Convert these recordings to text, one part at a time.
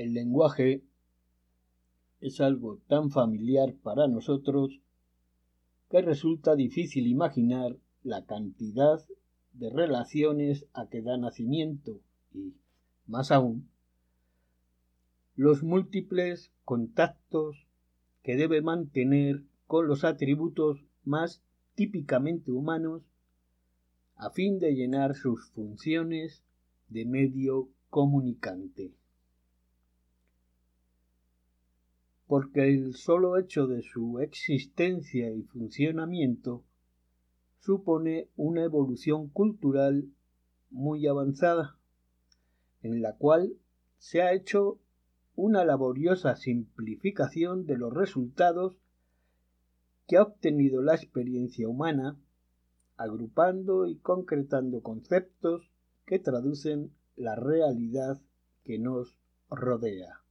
El lenguaje es algo tan familiar para nosotros que resulta difícil imaginar la cantidad de relaciones a que da nacimiento y, más aún, los múltiples contactos que debe mantener con los atributos más típicamente humanos a fin de llenar sus funciones de medio comunicante. Porque el solo hecho de su existencia y funcionamiento supone una evolución cultural muy avanzada, en la cual se ha hecho una laboriosa simplificación de los resultados que ha obtenido la experiencia humana, agrupando y concretando conceptos que traducen la realidad que nos rodea.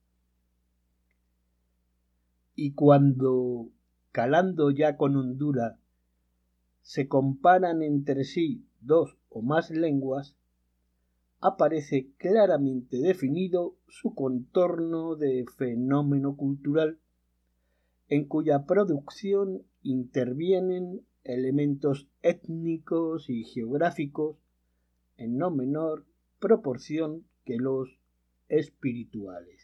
Y cuando, calando ya con hondura, se comparan entre sí dos o más lenguas, aparece claramente definido su contorno de fenómeno cultural, en cuya producción intervienen elementos étnicos y geográficos en no menor proporción que los espirituales.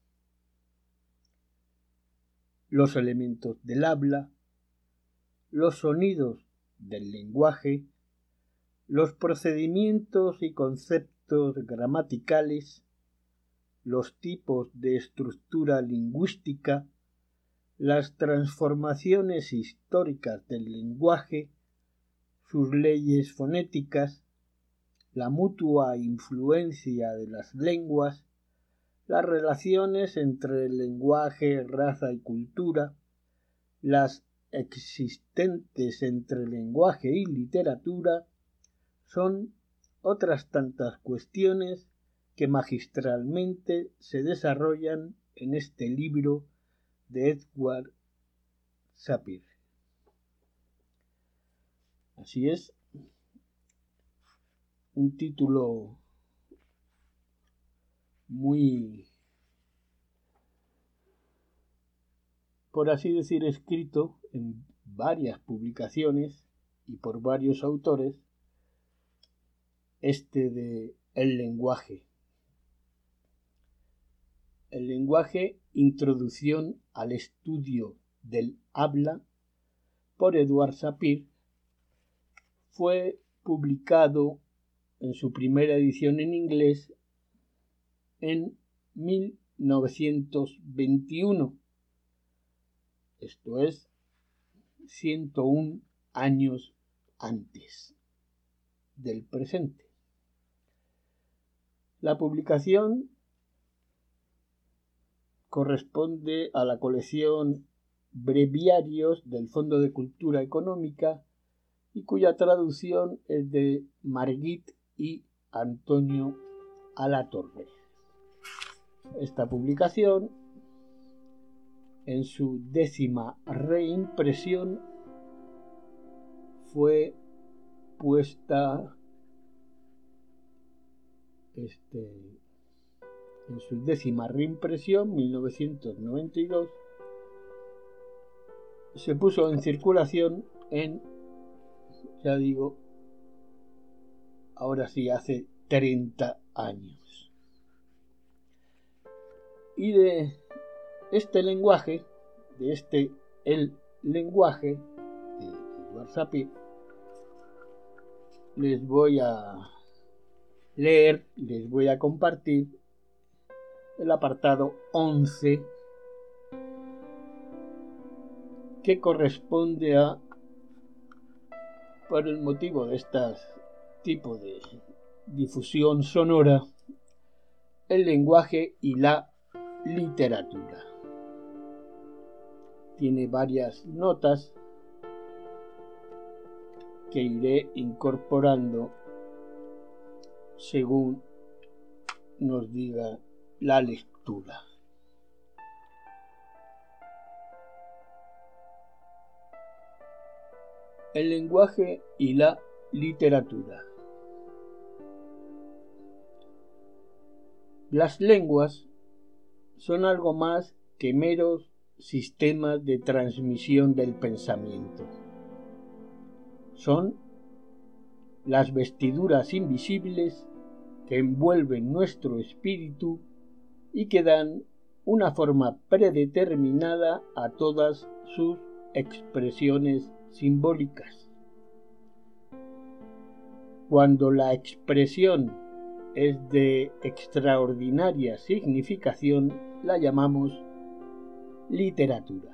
Los elementos del habla, los sonidos del lenguaje, los procedimientos y conceptos gramaticales, los tipos de estructura lingüística, las transformaciones históricas del lenguaje, sus leyes fonéticas, la mutua influencia de las lenguas, las relaciones entre el lenguaje, raza y cultura, las existentes entre lenguaje y literatura, son otras tantas cuestiones que magistralmente se desarrollan en este libro de Edward Sapir. Así es, un título muy, por así decir, escrito en varias publicaciones y por varios autores, de El lenguaje. El lenguaje, introducción al estudio del habla, por Edward Sapir, fue publicado en su primera edición en inglés en 1921. Esto es 101 años antes del presente. La publicación corresponde a la colección Breviarios del Fondo de Cultura Económica y cuya traducción es de Margit y Antonio Alatorre. Esta publicación, en su 10ª reimpresión, fue puesta en su 10ª reimpresión, 1992, se puso en circulación en, ya digo, ahora sí, hace 30 años. Y de este lenguaje, el lenguaje de Edward Sapir, les voy a leer, les voy a compartir el apartado 11, que corresponde a, por el motivo de este tipo de difusión sonora, el lenguaje y la literatura. Tiene varias notas que iré incorporando según nos diga la lectura. El lenguaje y la literatura. Las lenguas son algo más que meros sistemas de transmisión del pensamiento. Son las vestiduras invisibles que envuelven nuestro espíritu y que dan una forma predeterminada a todas sus expresiones simbólicas. Cuando la expresión es de extraordinaria significación, la llamamos literatura.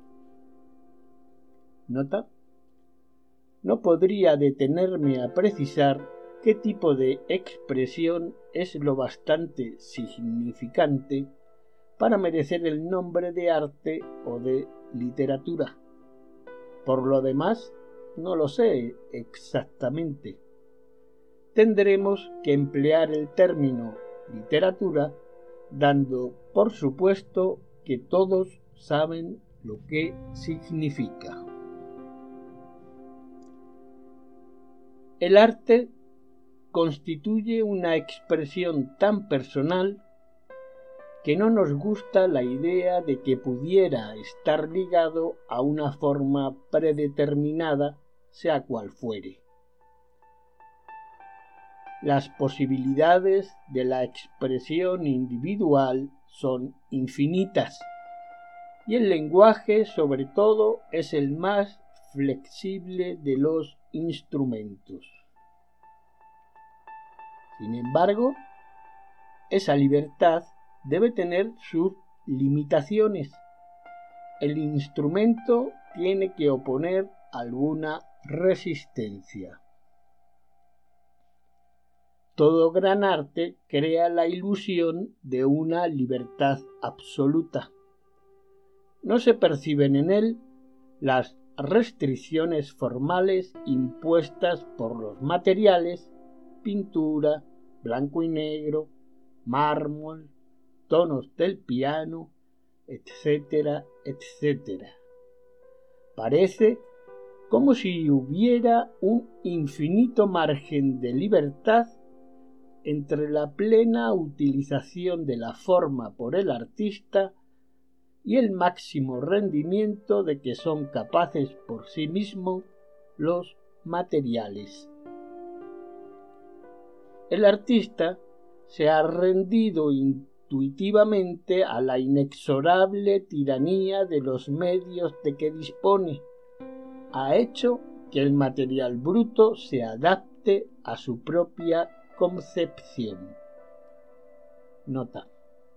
¿Nota? No podría detenerme a precisar qué tipo de expresión es lo bastante significante para merecer el nombre de arte o de literatura. Por lo demás, no lo sé exactamente. Tendremos que emplear el término literatura, dando por supuesto que todos saben lo que significa. El arte constituye una expresión tan personal que no nos gusta la idea de que pudiera estar ligado a una forma predeterminada, sea cual fuere. Las posibilidades de la expresión individual son infinitas, y el lenguaje, sobre todo, es el más flexible de los instrumentos. Sin embargo, esa libertad debe tener sus limitaciones. El instrumento tiene que oponer alguna resistencia. Todo gran arte crea la ilusión de una libertad absoluta. No se perciben en él las restricciones formales impuestas por los materiales, pintura, blanco y negro, mármol, tonos del piano, etcétera, etcétera. Parece como si hubiera un infinito margen de libertad entre la plena utilización de la forma por el artista y el máximo rendimiento de que son capaces por sí mismos los materiales. El artista se ha rendido intuitivamente a la inexorable tiranía de los medios de que dispone. Ha hecho que el material bruto se adapte a su propia concepción. Nota.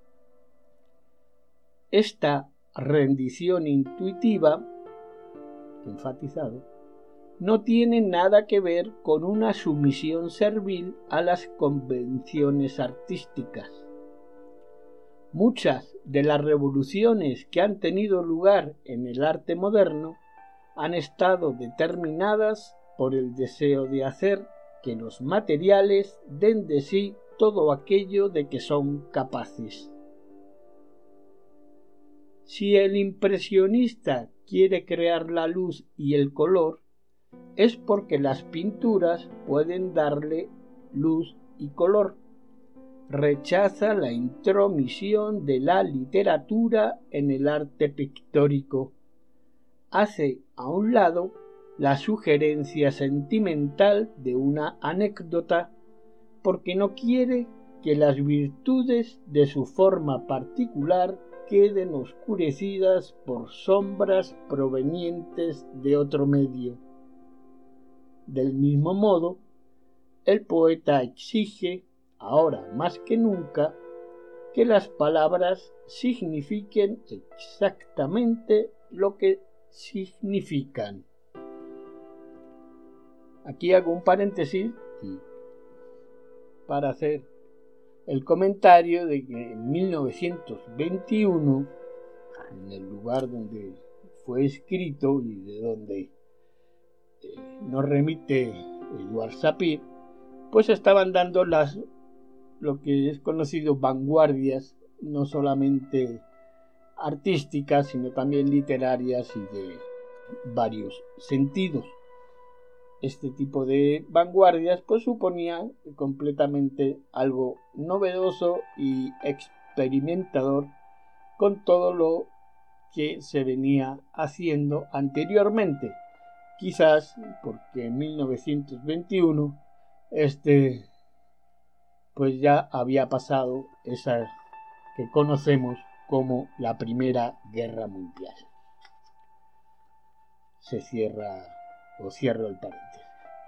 Esta rendición intuitiva, enfatizado, no tiene nada que ver con una sumisión servil a las convenciones artísticas. Muchas de las revoluciones que han tenido lugar en el arte moderno han estado determinadas por el deseo de hacer que los materiales den de sí todo aquello de que son capaces. Si el impresionista quiere crear la luz y el color, es porque las pinturas pueden darle luz y color. Rechaza la intromisión de la literatura en el arte pictórico. Hace a un lado la sugerencia sentimental de una anécdota porque no quiere que las virtudes de su forma particular queden oscurecidas por sombras provenientes de otro medio. Del mismo modo, el poeta exige, ahora más que nunca, que las palabras signifiquen exactamente lo que significan. Aquí hago un paréntesis para hacer el comentario de que en 1921, en el lugar donde fue escrito y de donde nos remite Édouard Sapir, pues estaban dando lo que es conocido vanguardias, no solamente artísticas, sino también literarias y de varios sentidos. Este tipo de vanguardias pues suponía completamente algo novedoso y experimentador con todo lo que se venía haciendo anteriormente. Quizás porque en 1921 pues ya había pasado esa que conocemos como la Primera Guerra Mundial. Cierro el paréntesis.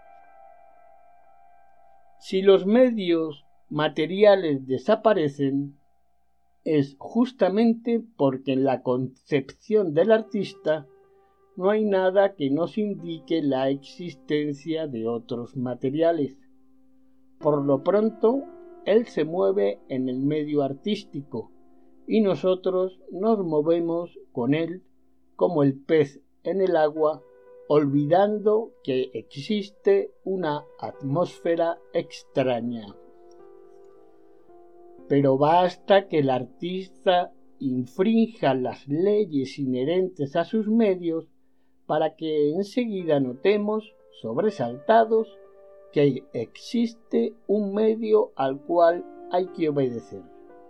Si los medios materiales desaparecen, es justamente porque en la concepción del artista no hay nada que nos indique la existencia de otros materiales. Por lo pronto, él se mueve en el medio artístico y nosotros nos movemos con él como el pez en el agua, olvidando que existe una atmósfera extraña. Pero basta que el artista infrinja las leyes inherentes a sus medios para que enseguida notemos, sobresaltados, que existe un medio al cual hay que obedecer.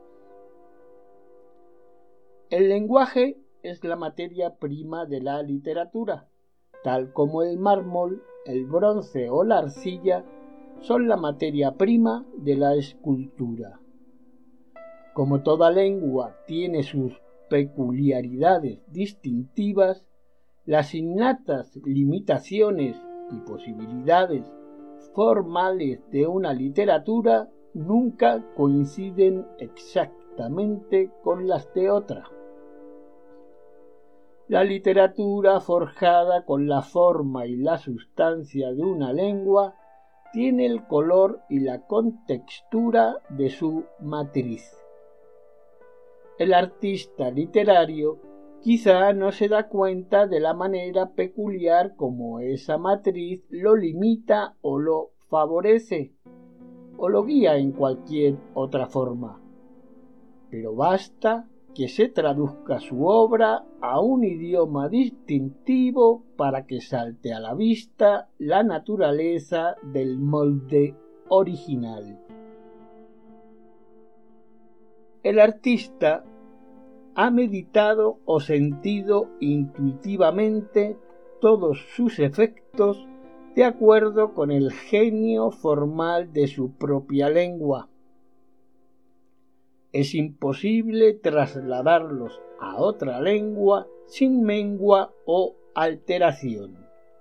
El lenguaje es la materia prima de la literatura, tal como el mármol, el bronce o la arcilla son la materia prima de la escultura. Como toda lengua tiene sus peculiaridades distintivas, las innatas limitaciones y posibilidades formales de una literatura nunca coinciden exactamente con las de otra. La literatura forjada con la forma y la sustancia de una lengua tiene el color y la contextura de su matriz. El artista literario quizá no se da cuenta de la manera peculiar como esa matriz lo limita o lo favorece, o lo guía en cualquier otra forma. Pero basta que se traduzca su obra a un idioma distintivo para que salte a la vista la naturaleza del molde original. El artista ha meditado o sentido intuitivamente todos sus efectos de acuerdo con el genio formal de su propia lengua. Es imposible trasladarlos a otra lengua sin mengua o alteración.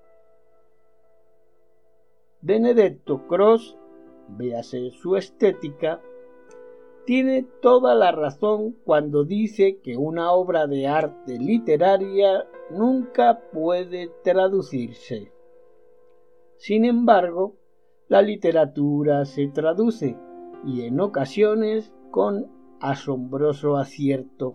Benedetto Croce, véase su Estética, tiene toda la razón cuando dice que una obra de arte literaria nunca puede traducirse. Sin embargo, la literatura se traduce, y en ocasiones con asombroso acierto.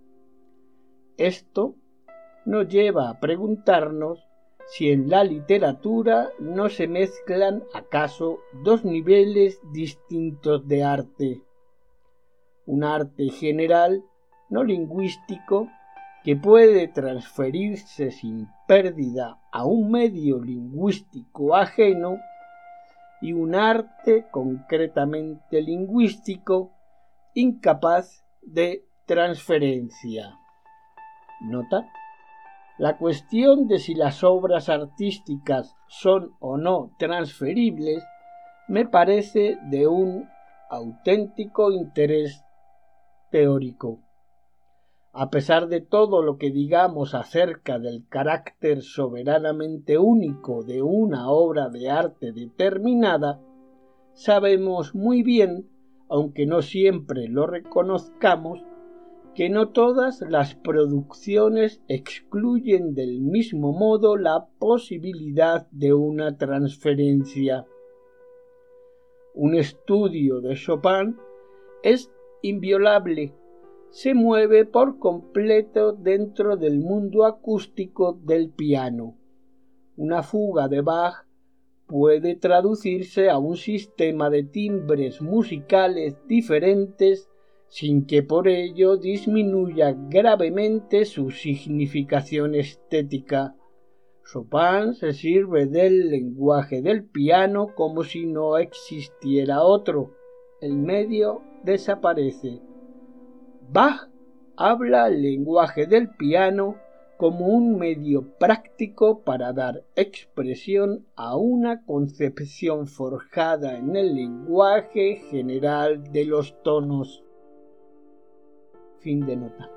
Esto nos lleva a preguntarnos si en la literatura no se mezclan acaso dos niveles distintos de arte. Un arte general, no lingüístico, que puede transferirse sin pérdida a un medio lingüístico ajeno, y un arte concretamente lingüístico incapaz de transferencia. ¿Nota? La cuestión de si las obras artísticas son o no transferibles me parece de un auténtico interés teórico. A pesar de todo lo que digamos acerca del carácter soberanamente único de una obra de arte determinada, sabemos muy bien, aunque no siempre lo reconozcamos, que no todas las producciones excluyen del mismo modo la posibilidad de una transferencia. Un estudio de Chopin es inviolable, se mueve por completo dentro del mundo acústico del piano. Una fuga de Bach puede traducirse a un sistema de timbres musicales diferentes sin que por ello disminuya gravemente su significación estética. Chopin se sirve del lenguaje del piano como si no existiera otro. El medio desaparece. Bach habla el lenguaje del piano como un medio práctico para dar expresión a una concepción forjada en el lenguaje general de los tonos. Fin de nota.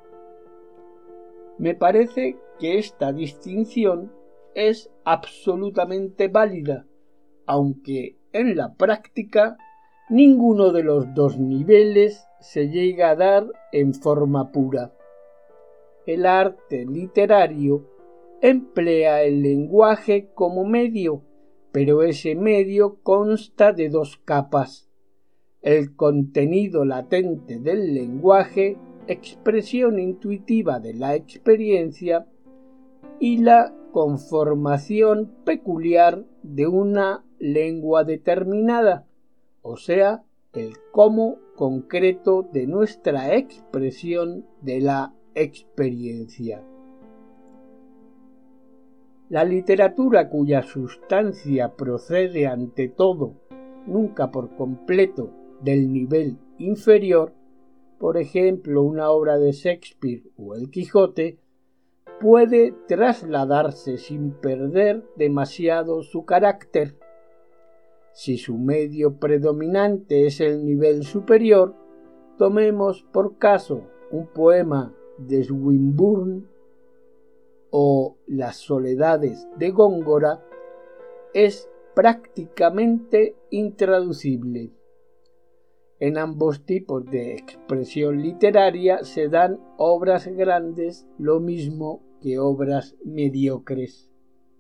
Me parece que esta distinción es absolutamente válida, aunque en la práctica ninguno de los dos niveles se llega a dar en forma pura. El arte literario emplea el lenguaje como medio, pero ese medio consta de dos capas: el contenido latente del lenguaje, expresión intuitiva de la experiencia, y la conformación peculiar de una lengua determinada, o sea, el cómo concreto de nuestra expresión de la experiencia. La literatura cuya sustancia procede ante todo, nunca por completo, del nivel inferior, por ejemplo una obra de Shakespeare o El Quijote, puede trasladarse sin perder demasiado su carácter. Si su medio predominante es el nivel superior, tomemos por caso un poema de Swinburne o Las soledades de Góngora, es prácticamente intraducible. En ambos tipos de expresión literaria se dan obras grandes lo mismo que obras mediocres.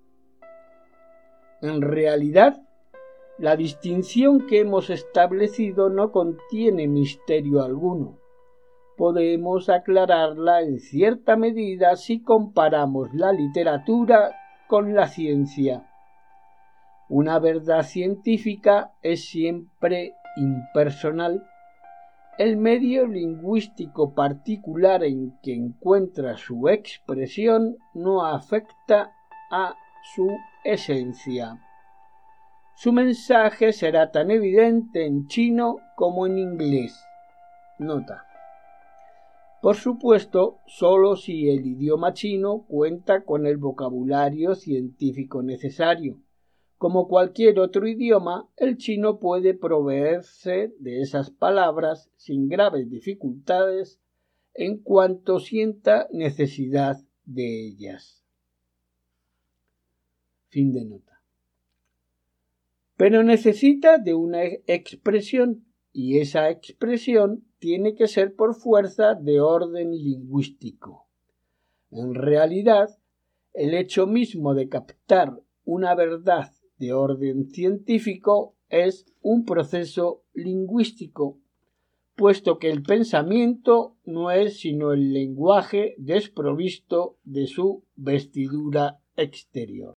En realidad, la distinción que hemos establecido no contiene misterio alguno. Podemos aclararla en cierta medida si comparamos la literatura con la ciencia. Una verdad científica es siempre impersonal. El medio lingüístico particular en que encuentra su expresión no afecta a su esencia. Su mensaje será tan evidente en chino como en inglés. Nota. Por supuesto, solo si el idioma chino cuenta con el vocabulario científico necesario. Como cualquier otro idioma, el chino puede proveerse de esas palabras sin graves dificultades en cuanto sienta necesidad de ellas. Fin de nota. Pero necesita de una expresión, y esa expresión tiene que ser por fuerza de orden lingüístico. En realidad, el hecho mismo de captar una verdad de orden científico es un proceso lingüístico, puesto que el pensamiento no es sino el lenguaje desprovisto de su vestidura exterior.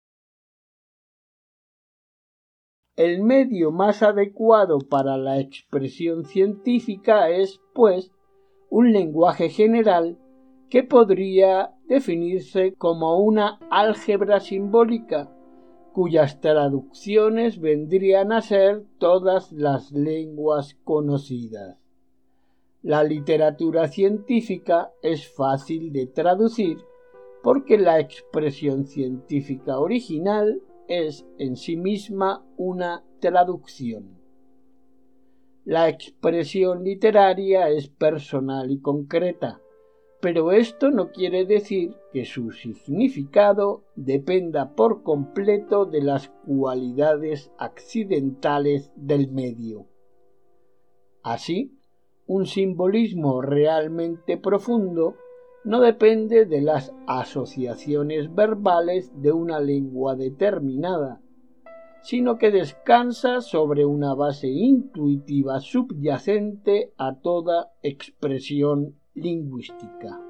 El medio más adecuado para la expresión científica es, pues, un lenguaje general que podría definirse como una álgebra simbólica, cuyas traducciones vendrían a ser todas las lenguas conocidas. La literatura científica es fácil de traducir porque la expresión científica original es en sí misma una traducción. La expresión literaria es personal y concreta, pero esto no quiere decir que su significado dependa por completo de las cualidades accidentales del medio. Así, un simbolismo realmente profundo no depende de las asociaciones verbales de una lengua determinada, sino que descansa sobre una base intuitiva subyacente a toda expresión lingüística.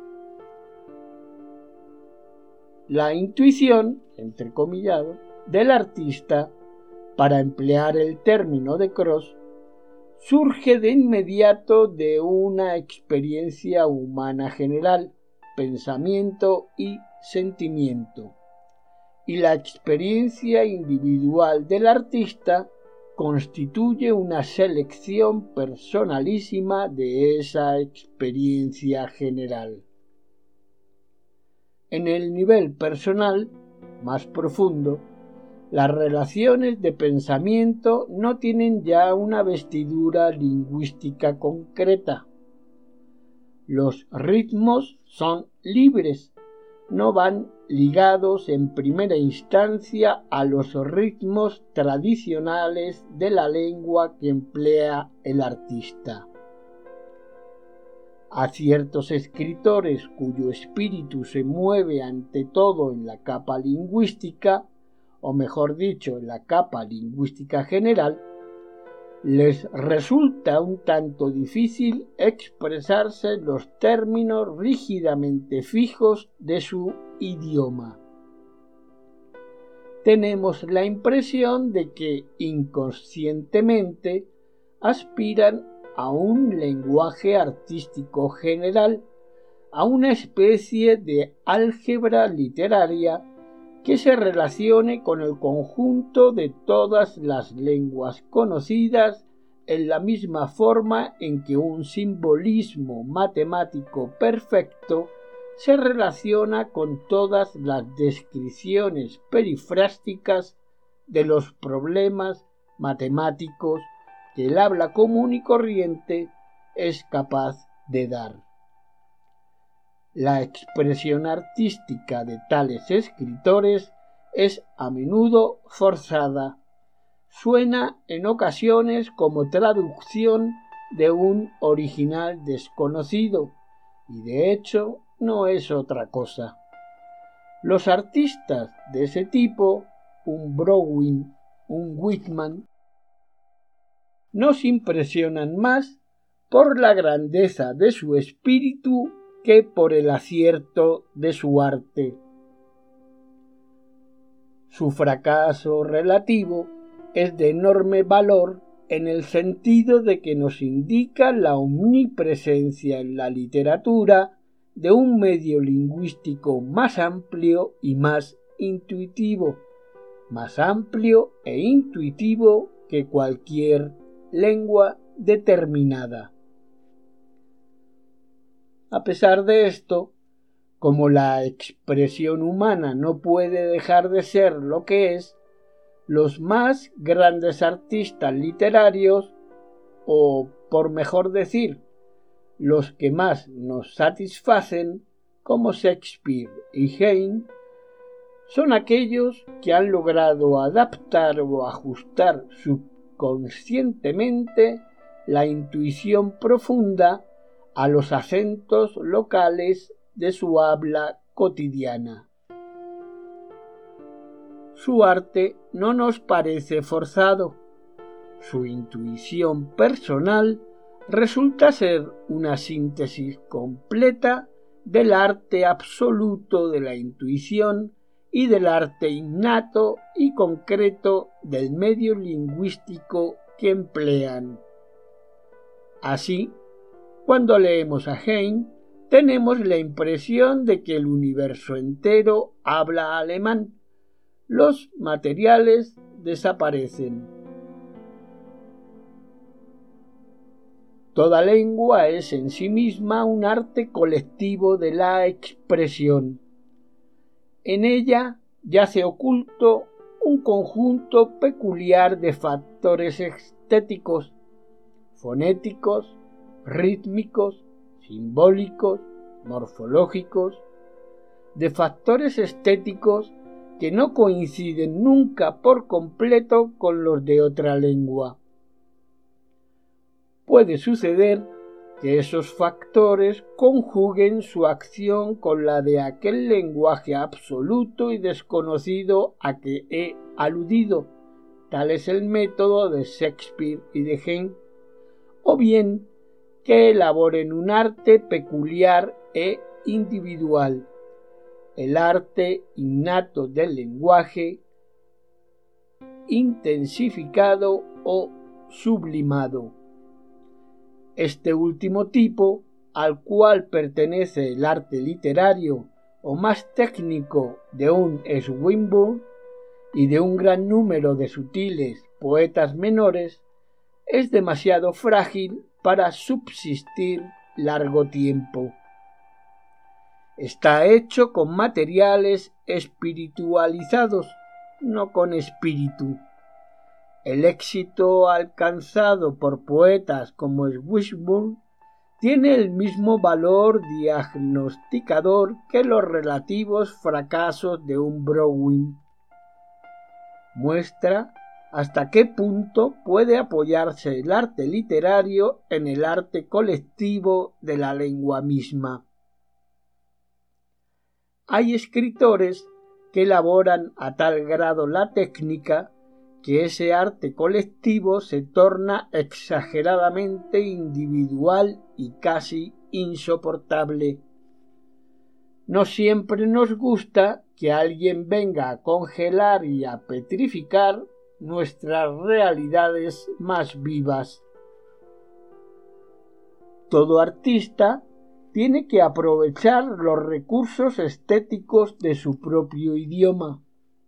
La intuición, entrecomillado, del artista, para emplear el término de Cross, surge de inmediato de una experiencia humana general, pensamiento y sentimiento, y la experiencia individual del artista constituye una selección personalísima de esa experiencia general. En el nivel personal, más profundo, las relaciones de pensamiento no tienen ya una vestidura lingüística concreta. Los ritmos son libres, no van ligados en primera instancia a los ritmos tradicionales de la lengua que emplea el artista. A ciertos escritores cuyo espíritu se mueve ante todo en la capa lingüística, o mejor dicho, en la capa lingüística general, les resulta un tanto difícil expresarse en los términos rígidamente fijos de su idioma. Tenemos la impresión de que inconscientemente aspiran a un lenguaje artístico general, a una especie de álgebra literaria que se relacione con el conjunto de todas las lenguas conocidas en la misma forma en que un simbolismo matemático perfecto se relaciona con todas las descripciones perifrásticas de los problemas matemáticos que el habla común y corriente es capaz de dar. La expresión artística de tales escritores es a menudo forzada. Suena en ocasiones como traducción de un original desconocido, y de hecho no es otra cosa. Los artistas de ese tipo, un Browning, un Whitman, nos impresionan más por la grandeza de su espíritu que por el acierto de su arte. Su fracaso relativo es de enorme valor en el sentido de que nos indica la omnipresencia en la literatura de un medio lingüístico más amplio y más intuitivo, más amplio e intuitivo que cualquier lengua determinada. A pesar de esto, como la expresión humana no puede dejar de ser lo que es, los más grandes artistas literarios, o por mejor decir, los que más nos satisfacen, como Shakespeare y Heine, son aquellos que han logrado adaptar o ajustar subconscientemente la intuición profunda a los acentos locales de su habla cotidiana. Su arte no nos parece forzado. Su intuición personal resulta ser una síntesis completa del arte absoluto de la intuición y del arte innato y concreto del medio lingüístico que emplean. Así, cuando leemos a Heine, tenemos la impresión de que el universo entero habla alemán. Los materiales desaparecen. Toda lengua es en sí misma un arte colectivo de la expresión. En ella yace oculto un conjunto peculiar de factores estéticos, fonéticos, rítmicos, simbólicos, morfológicos, de factores estéticos que no coinciden nunca por completo con los de otra lengua. Puede suceder que esos factores conjuguen su acción con la de aquel lenguaje absoluto y desconocido a que he aludido, tal es el método de Shakespeare y de Heine, o bien que elaboren un arte peculiar e individual, el arte innato del lenguaje, intensificado o sublimado. Este último tipo, al cual pertenece el arte literario o más técnico de un Swinburne y de un gran número de sutiles poetas menores es demasiado frágil para subsistir largo tiempo. Está hecho con materiales espiritualizados, no con espíritu. El éxito alcanzado por poetas como Swinburne tiene el mismo valor diagnosticador que los relativos fracasos de un Browning. Muestra hasta qué punto puede apoyarse el arte literario en el arte colectivo de la lengua misma. Hay escritores que elaboran a tal grado la técnica que ese arte colectivo se torna exageradamente individual y casi insoportable. No siempre nos gusta que alguien venga a congelar y a petrificar nuestras realidades más vivas. Todo artista tiene que aprovechar los recursos estéticos de su propio idioma.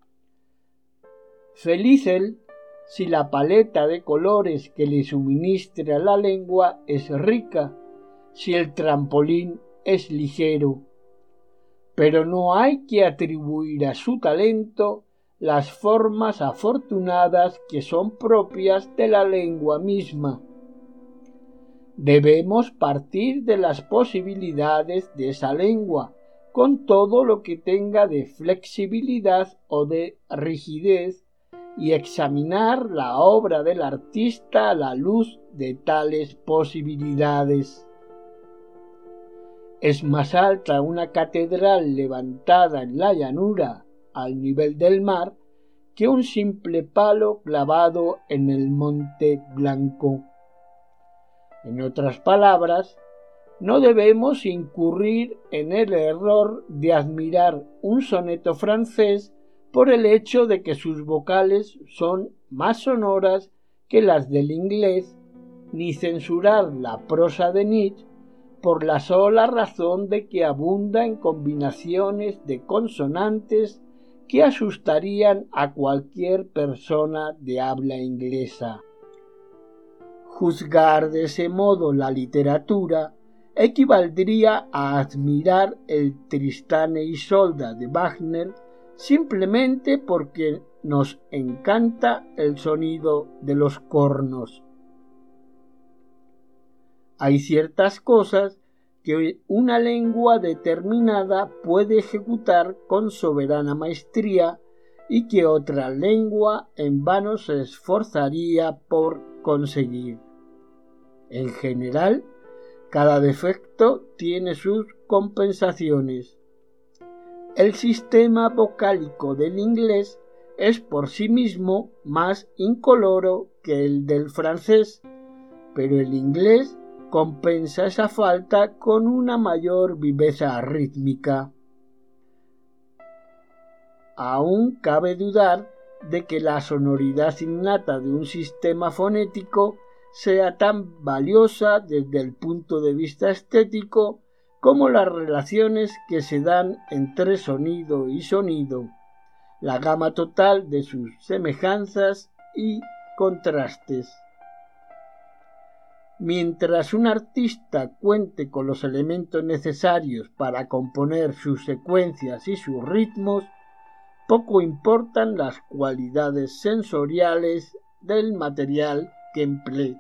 Feliz él si la paleta de colores que le suministra la lengua es rica, si el trampolín es ligero. Pero no hay que atribuir a su talento las formas afortunadas que son propias de la lengua misma. Debemos partir de las posibilidades de esa lengua, con todo lo que tenga de flexibilidad o de rigidez, y examinar la obra del artista a la luz de tales posibilidades. Es más alta una catedral levantada en la llanura al nivel del mar que un simple palo clavado en el Monte Blanco. En otras palabras, no debemos incurrir en el error de admirar un soneto francés por el hecho de que sus vocales son más sonoras que las del inglés, ni censurar la prosa de Nietzsche por la sola razón de que abunda en combinaciones de consonantes que asustarían a cualquier persona de habla inglesa. Juzgar de ese modo la literatura equivaldría a admirar el Tristán e Isolda de Wagner simplemente porque nos encanta el sonido de los cornos. Hay ciertas cosas que una lengua determinada puede ejecutar con soberana maestría y que otra lengua en vano se esforzaría por conseguir. En general, cada defecto tiene sus compensaciones. El sistema vocálico del inglés es por sí mismo más incoloro que el del francés, pero el inglés compensa esa falta con una mayor viveza rítmica. Aún cabe dudar de que la sonoridad innata de un sistema fonético sea tan valiosa desde el punto de vista estético como las relaciones que se dan entre sonido y sonido, la gama total de sus semejanzas y contrastes. Mientras un artista cuente con los elementos necesarios para componer sus secuencias y sus ritmos, poco importan las cualidades sensoriales del material que emplee.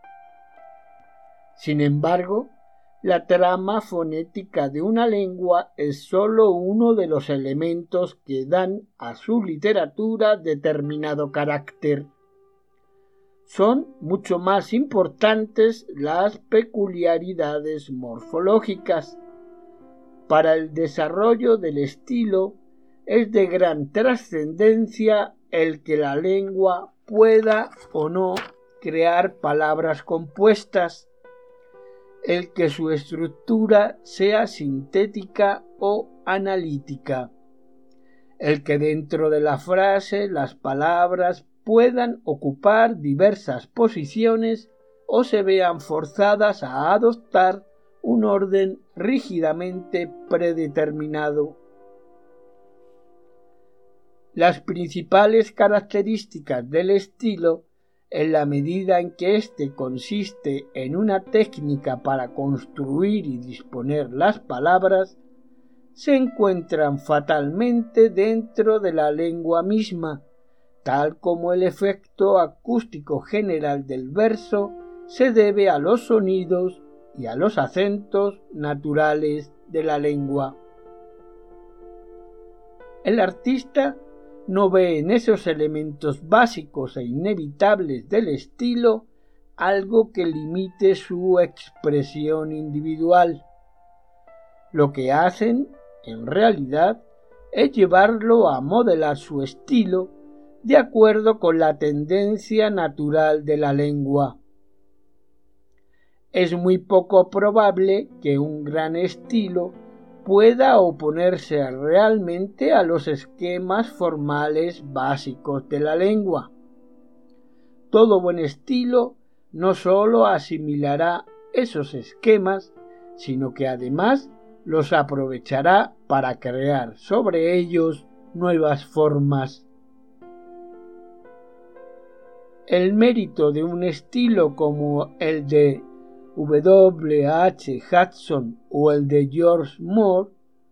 Sin embargo, la trama fonética de una lengua es sólo uno de los elementos que dan a su literatura determinado carácter. Son mucho más importantes las peculiaridades morfológicas. Para el desarrollo del estilo es de gran trascendencia el que la lengua pueda o no crear palabras compuestas, el que su estructura sea sintética o analítica, el que dentro de la frase las palabras puedan ocupar diversas posiciones o se vean forzadas a adoptar un orden rígidamente predeterminado. Las principales características del estilo, en la medida en que éste consiste en una técnica para construir y disponer las palabras, se encuentran fatalmente dentro de la lengua misma, tal como el efecto acústico general del verso se debe a los sonidos y a los acentos naturales de la lengua. El artista no ve en esos elementos básicos e inevitables del estilo algo que limite su expresión individual. Lo que hacen, en realidad, es llevarlo a modelar su estilo de acuerdo con la tendencia natural de la lengua. Es muy poco probable que un gran estilo pueda oponerse realmente a los esquemas formales básicos de la lengua. Todo buen estilo no sólo asimilará esos esquemas, sino que además los aprovechará para crear sobre ellos nuevas formas. El mérito de un estilo como el de W.H. Hudson o el de George Moore,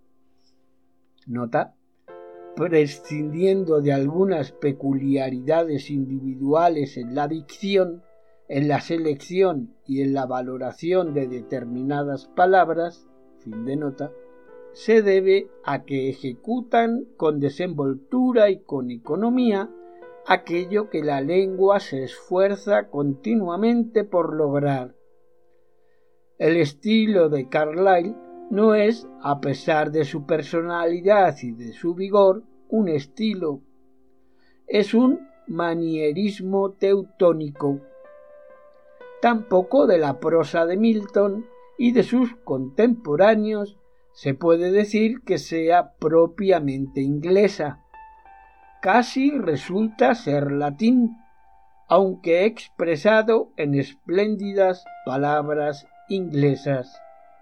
nota, prescindiendo de algunas peculiaridades individuales en la dicción, en la selección y en la valoración de determinadas palabras, fin de nota, se debe a que ejecutan con desenvoltura y con economía aquello que la lengua se esfuerza continuamente por lograr. El estilo de Carlyle no es, a pesar de su personalidad y de su vigor, un estilo. Es un manierismo teutónico. Tampoco de la prosa de Milton y de sus contemporáneos se puede decir que sea propiamente inglesa. Casi resulta ser latín, aunque expresado en espléndidas palabras inglesas.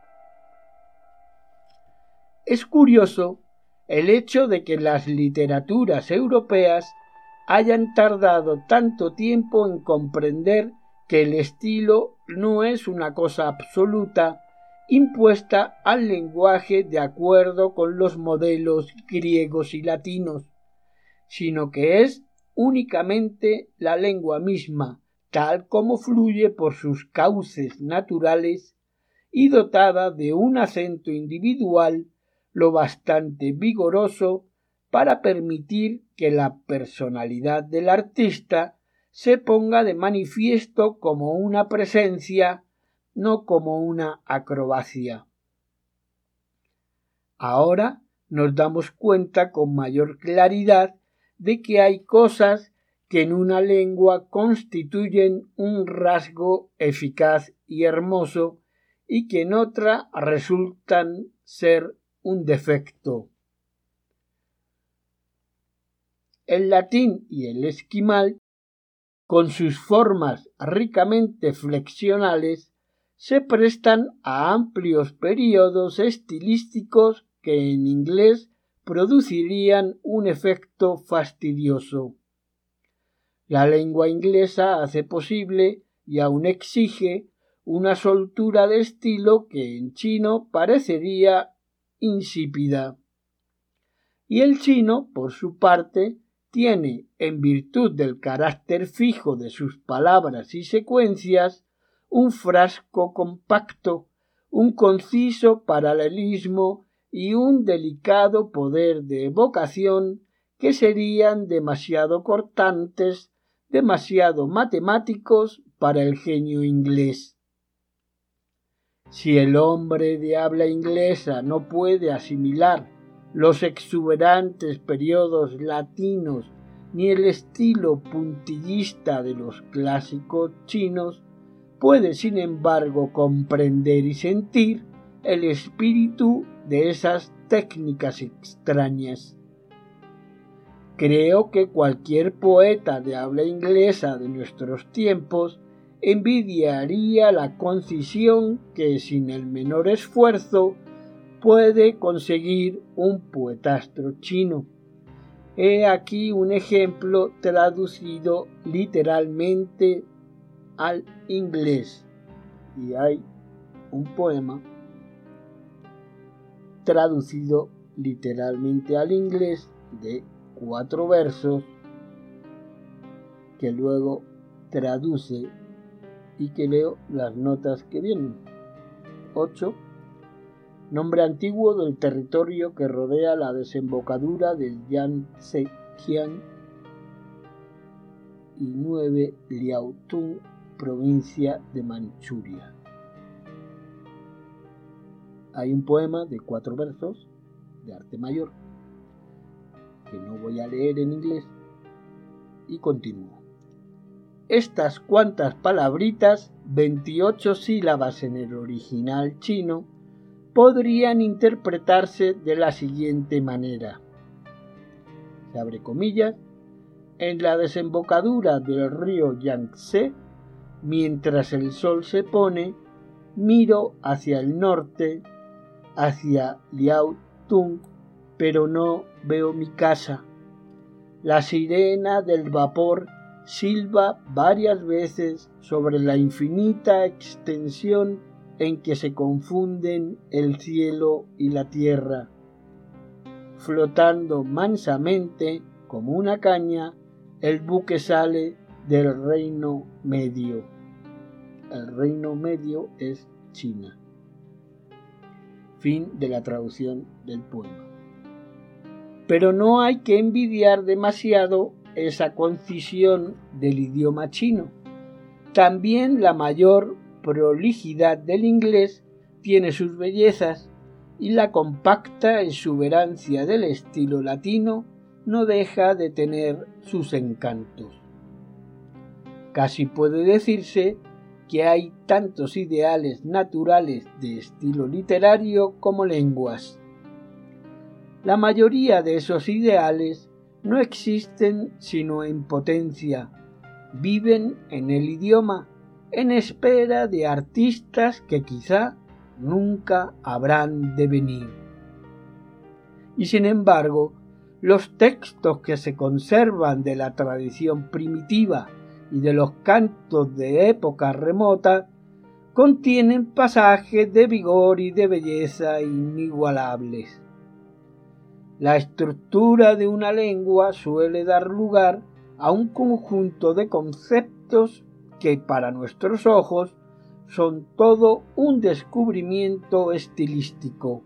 Es curioso el hecho de que las literaturas europeas hayan tardado tanto tiempo en comprender que el estilo no es una cosa absoluta impuesta al lenguaje de acuerdo con los modelos griegos y latinos, sino que es únicamente la lengua misma, tal como fluye por sus cauces naturales y dotada de un acento individual lo bastante vigoroso para permitir que la personalidad del artista se ponga de manifiesto como una presencia, no como una acrobacia. Ahora nos damos cuenta con mayor claridad de que hay cosas que en una lengua constituyen un rasgo eficaz y hermoso y que en otra resultan ser un defecto. El latín y el esquimal, con sus formas ricamente flexionales, se prestan a amplios períodos estilísticos que en inglés producirían un efecto fastidioso. La lengua inglesa hace posible y aún exige una soltura de estilo que en chino parecería insípida. Y el chino, por su parte, tiene, en virtud del carácter fijo de sus palabras y secuencias, un frasco compacto, un conciso paralelismo y un delicado poder de evocación que serían demasiado cortantes, demasiado matemáticos para el genio inglés. Si el hombre de habla inglesa no puede asimilar los exuberantes periodos latinos ni el estilo puntillista de los clásicos chinos, puede sin embargo comprender y sentir el espíritu de esas técnicas extrañas. Creo que cualquier poeta de habla inglesa de nuestros tiempos envidiaría la concisión que sin el menor esfuerzo puede conseguir un poetastro chino, He aquí un ejemplo traducido literalmente al inglés. Y hay un poema traducido literalmente al inglés de 4 versos que luego traduce y que leo las notas que vienen. 8. Nombre antiguo del territorio que rodea la desembocadura del Yangtze-Kiang. Y 9. Liaotung, provincia de Manchuria. Hay un poema de 4 versos de arte mayor que no voy a leer en inglés y continúo. Estas cuantas palabritas, 28 sílabas en el original chino, podrían interpretarse de la siguiente manera. Se abre comillas. En la desembocadura del río Yangtze, mientras el sol se pone, miro hacia el norte, hacia Liaotung, pero no veo mi casa. La sirena del vapor silba varias veces sobre la infinita extensión en que se confunden el cielo y la tierra. Flotando mansamente como una caña, el buque sale del Reino Medio. El Reino Medio es China. Fin de la traducción del poema. Pero no hay que envidiar demasiado esa concisión del idioma chino. También la mayor prolijidad del inglés tiene sus bellezas, y la compacta exuberancia del estilo latino no deja de tener sus encantos. Casi puede decirse que hay tantos ideales naturales de estilo literario como lenguas. La mayoría de esos ideales no existen sino en potencia, viven en el idioma, en espera de artistas que quizá nunca habrán de venir. Y sin embargo, los textos que se conservan de la tradición primitiva y de los cantos de época remota contienen pasajes de vigor y de belleza inigualables. La estructura de una lengua suele dar lugar a un conjunto de conceptos que para nuestros ojos son todo un descubrimiento estilístico.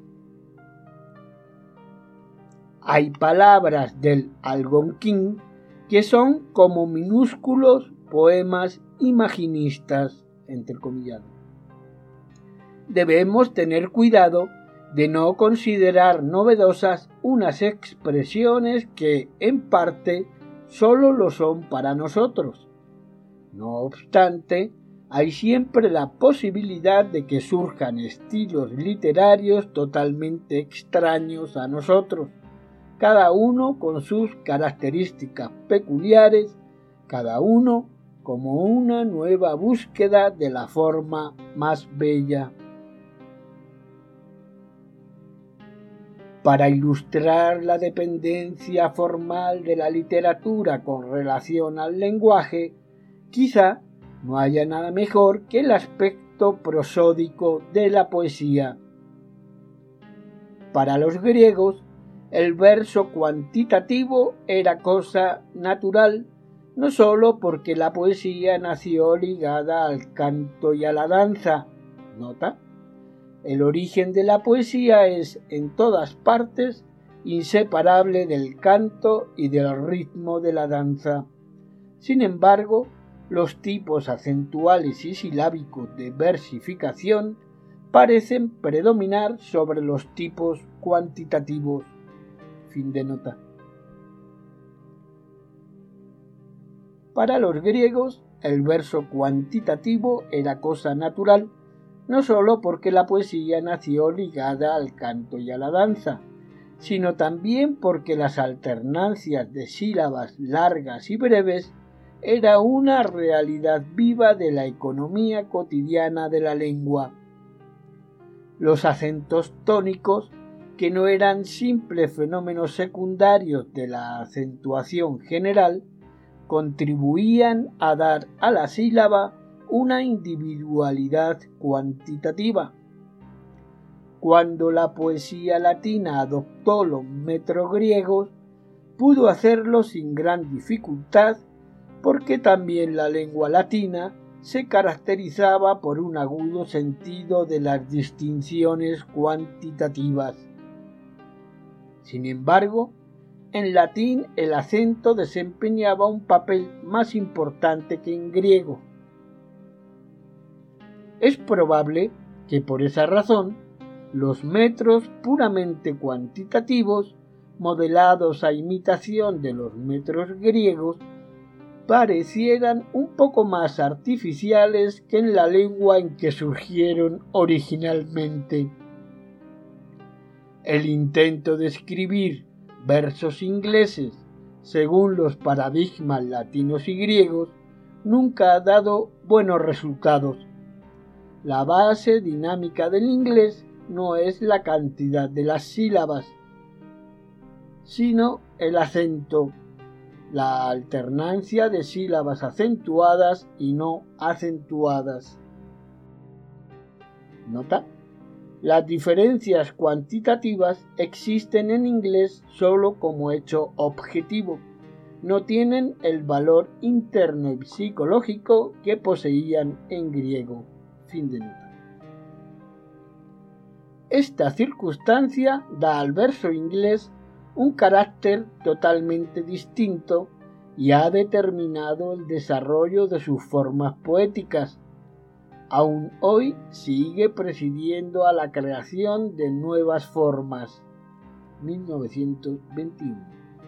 Hay palabras del Algonquín que son como minúsculos poemas imaginistas, entrecomillados. Debemos tener cuidado de no considerar novedosas unas expresiones que, en parte, solo lo son para nosotros. No obstante, hay siempre la posibilidad de que surjan estilos literarios totalmente extraños a nosotros, cada uno con sus características peculiares, cada uno como una nueva búsqueda de la forma más bella. Para ilustrar la dependencia formal de la literatura con relación al lenguaje, quizá no haya nada mejor que el aspecto prosódico de la poesía. Para los griegos, el verso cuantitativo era cosa natural, no sólo porque la poesía nació ligada al canto y a la danza. ¿Nota? El origen de la poesía es, en todas partes, inseparable del canto y del ritmo de la danza. Sin embargo, los tipos acentuales y silábicos de versificación parecen predominar sobre los tipos cuantitativos. Fin de nota. Para los griegos, el verso cuantitativo era cosa natural, no sólo porque la poesía nació ligada al canto y a la danza, sino también porque las alternancias de sílabas largas y breves era una realidad viva de la economía cotidiana de la lengua. Los acentos tónicos que no eran simples fenómenos secundarios de la acentuación general, contribuían a dar a la sílaba una individualidad cuantitativa. Cuando la poesía latina adoptó los metros griegos, pudo hacerlo sin gran dificultad, porque también la lengua latina se caracterizaba por un agudo sentido de las distinciones cuantitativas. Sin embargo, en latín el acento desempeñaba un papel más importante que en griego. Es probable que por esa razón los metros puramente cuantitativos, modelados a imitación de los metros griegos, parecieran un poco más artificiales que en la lengua en que surgieron originalmente. El intento de escribir versos ingleses según los paradigmas latinos y griegos nunca ha dado buenos resultados. La base dinámica del inglés no es la cantidad de las sílabas, sino el acento, la alternancia de sílabas acentuadas y no acentuadas. Nota: las diferencias cuantitativas existen en inglés solo como hecho objetivo, no tienen el valor interno y psicológico que poseían en griego. Fin de nota. Esta circunstancia da al verso inglés un carácter totalmente distinto y ha determinado el desarrollo de sus formas poéticas. Aún hoy sigue presidiendo a la creación de nuevas formas. 1921.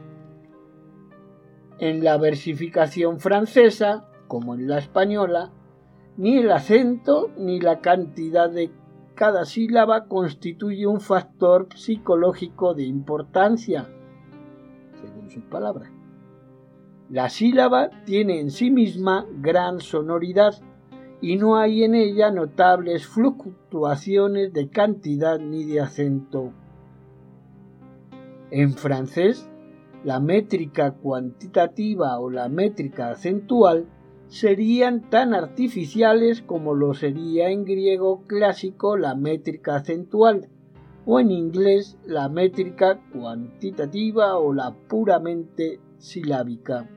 En la versificación francesa, como en la española, ni el acento ni la cantidad de cada sílaba constituye un factor psicológico de importancia, según sus palabras. La sílaba tiene en sí misma gran sonoridad y no hay en ella notables fluctuaciones de cantidad ni de acento. En francés, la métrica cuantitativa o la métrica acentual serían tan artificiales como lo sería en griego clásico la métrica acentual, o en inglés la métrica cuantitativa o la puramente silábica.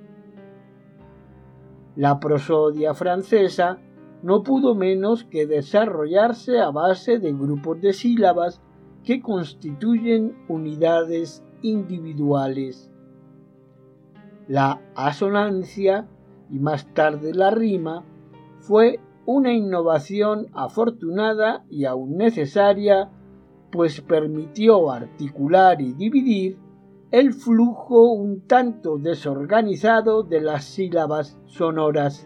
La prosodia francesa no pudo menos que desarrollarse a base de grupos de sílabas que constituyen unidades individuales. La asonancia y más tarde la rima fue una innovación afortunada y aún necesaria, pues permitió articular y dividir el flujo un tanto desorganizado de las sílabas sonoras.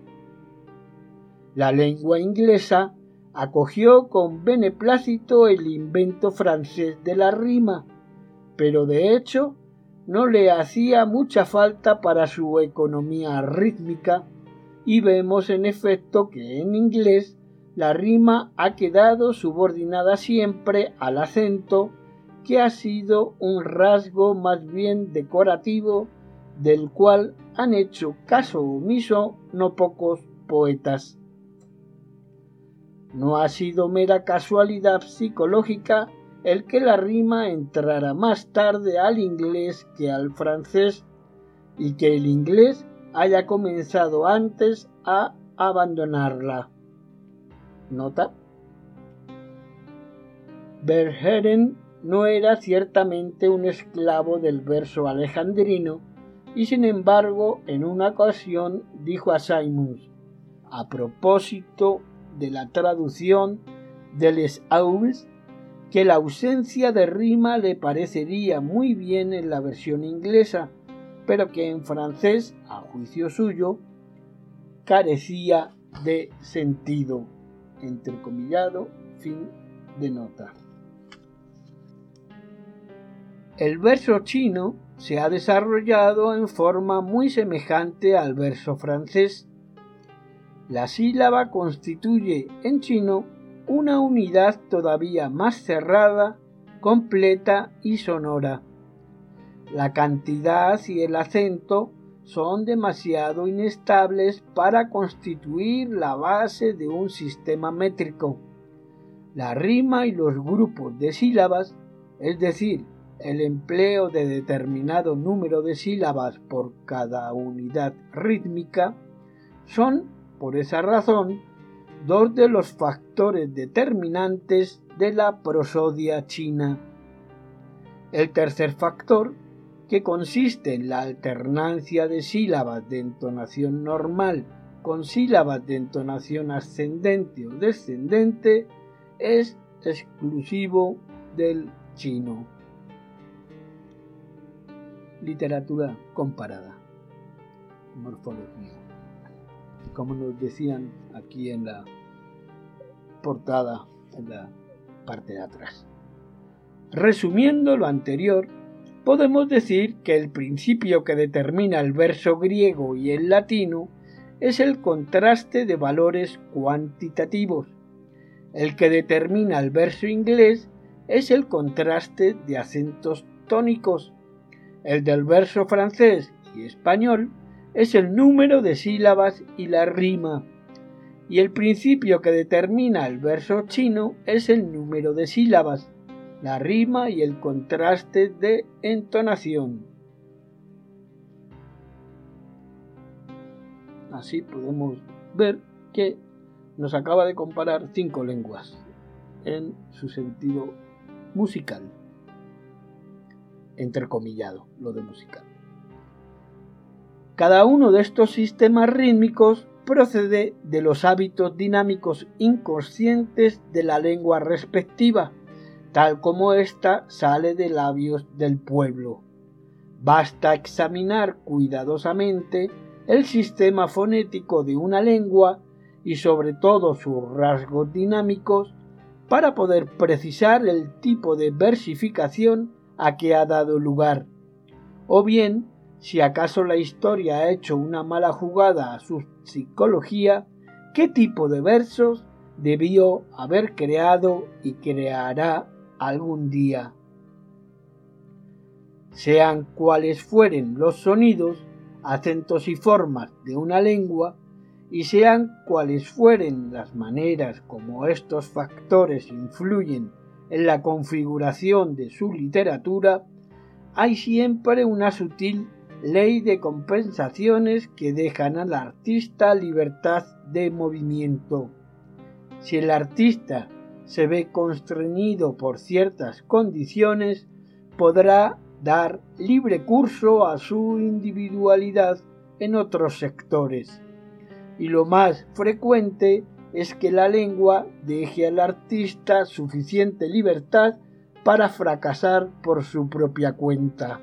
La lengua inglesa acogió con beneplácito el invento francés de la rima, pero de hecho no le hacía mucha falta para su economía rítmica, y vemos en efecto que en inglés la rima ha quedado subordinada siempre al acento, que ha sido un rasgo más bien decorativo del cual han hecho caso omiso no pocos poetas. No ha sido mera casualidad psicológica el que la rima entrara más tarde al inglés que al francés y que el inglés haya comenzado antes a abandonarla. Nota: Verhaeren no era ciertamente un esclavo del verso alejandrino y sin embargo en una ocasión dijo a Symonds, a propósito de la traducción de Les Aules, que la ausencia de rima le parecería muy bien en la versión inglesa, pero que en francés, a juicio suyo, carecía de sentido. Entrecomillado, fin de nota. El verso chino se ha desarrollado en forma muy semejante al verso francés. La sílaba constituye en chino una unidad todavía más cerrada completa y sonora. La cantidad y el acento son demasiado inestables para constituir la base de un sistema métrico. La rima y los grupos de sílabas, es decir, el empleo de determinado número de sílabas por cada unidad rítmica, son, por esa razón, dos de los factores determinantes de la prosodia china. El tercer factor, que consiste en la alternancia de sílabas de entonación normal con sílabas de entonación ascendente o descendente, es exclusivo del chino. Literatura comparada. Morfología. Como nos decían aquí en la portada, en la parte de atrás. Resumiendo lo anterior, podemos decir que el principio que determina el verso griego y el latino es el contraste de valores cuantitativos. El que determina el verso inglés es el contraste de acentos tónicos. El del verso francés y español es el número de sílabas y la rima. Y el principio que determina el verso chino es el número de sílabas, la rima y el contraste de entonación. Así podemos ver que nos acaba de comparar 5 lenguas en su sentido musical, entrecomillado lo de musical. Cada uno de estos sistemas rítmicos procede de los hábitos dinámicos inconscientes de la lengua respectiva, tal como ésta sale de labios del pueblo. Basta examinar cuidadosamente el sistema fonético de una lengua y sobre todo sus rasgos dinámicos para poder precisar el tipo de versificación a que ha dado lugar, o bien, si acaso la historia ha hecho una mala jugada a su psicología, qué tipo de versos debió haber creado y creará algún día. Sean cuales fueren los sonidos, acentos y formas de una lengua, y sean cuales fueren las maneras como estos factores influyen en la configuración de su literatura, hay siempre una sutil ley de compensaciones que dejan al artista libertad de movimiento. Si el artista se ve constreñido por ciertas condiciones, podrá dar libre curso a su individualidad en otros sectores. Y lo más frecuente es que la lengua deje al artista suficiente libertad para fracasar por su propia cuenta.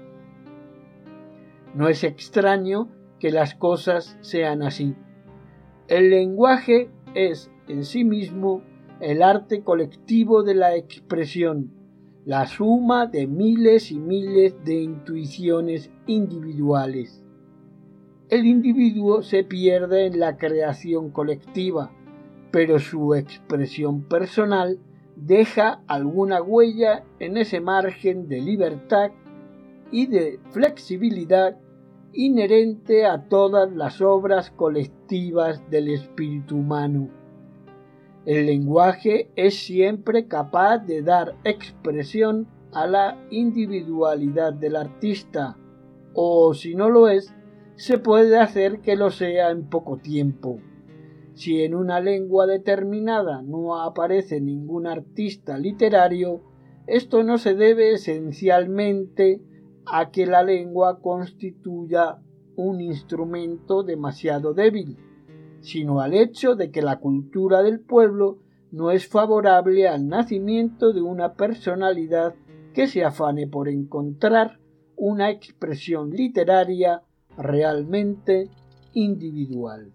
No es extraño que las cosas sean así. El lenguaje es en sí mismo el arte colectivo de la expresión, la suma de miles y miles de intuiciones individuales. El individuo se pierde en la creación colectiva, pero su expresión personal deja alguna huella en ese margen de libertad y de flexibilidad inherente a todas las obras colectivas del espíritu humano. El lenguaje es siempre capaz de dar expresión a la individualidad del artista, o si no lo es, se puede hacer que lo sea en poco tiempo. Si en una lengua determinada no aparece ningún artista literario, esto no se debe esencialmente a que la lengua constituya un instrumento demasiado débil, sino al hecho de que la cultura del pueblo no es favorable al nacimiento de una personalidad que se afane por encontrar una expresión literaria realmente individual.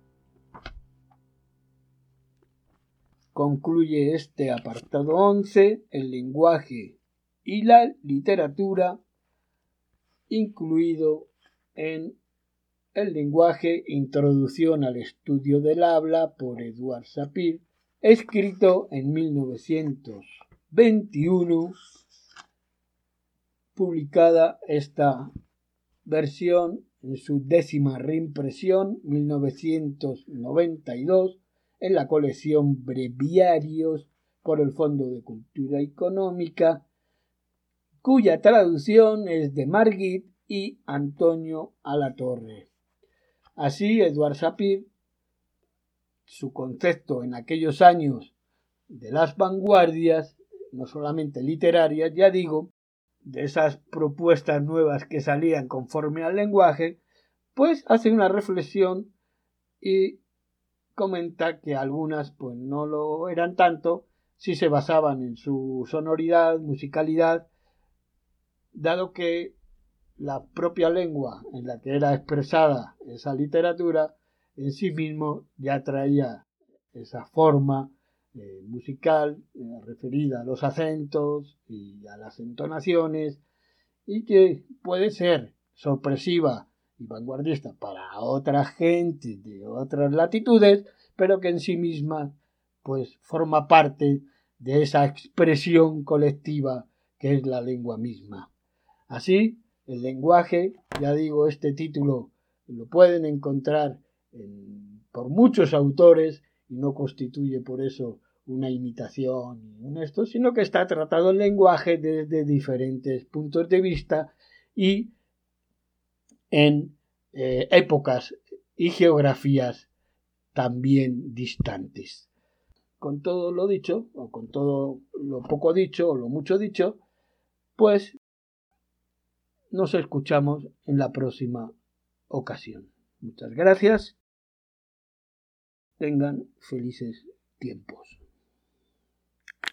Concluye este apartado 11, el lenguaje y la literatura, incluido en El lenguaje, introducción al estudio del habla por Eduard Sapir, escrito en 1921 publicada esta versión en su 10ª reimpresión, 1992, en la colección Breviarios por el Fondo de Cultura Económica, cuya traducción es de Margit y Antonio Alatorre. Así, Eduard Sapir, su concepto en aquellos años de las vanguardias, no solamente literarias, ya digo, de esas propuestas nuevas que salían conforme al lenguaje, pues hace una reflexión y comenta que algunas pues no lo eran tanto si se basaban en su sonoridad, musicalidad, dado que la propia lengua en la que era expresada esa literatura en sí mismo ya traía esa forma musical referida a los acentos y a las entonaciones, y que puede ser sorpresiva y vanguardista para otra gente de otras latitudes, pero que en sí misma pues forma parte de esa expresión colectiva que es la lengua misma. Así, el lenguaje, ya digo, este título lo pueden encontrar por muchos autores y no constituye por eso una imitación ni un esto, sino que está tratado el lenguaje desde diferentes puntos de vista y en épocas y geografías también distantes. Con todo lo dicho, o con todo lo poco dicho, o lo mucho dicho, pues nos escuchamos en la próxima ocasión. Muchas gracias. Tengan felices tiempos.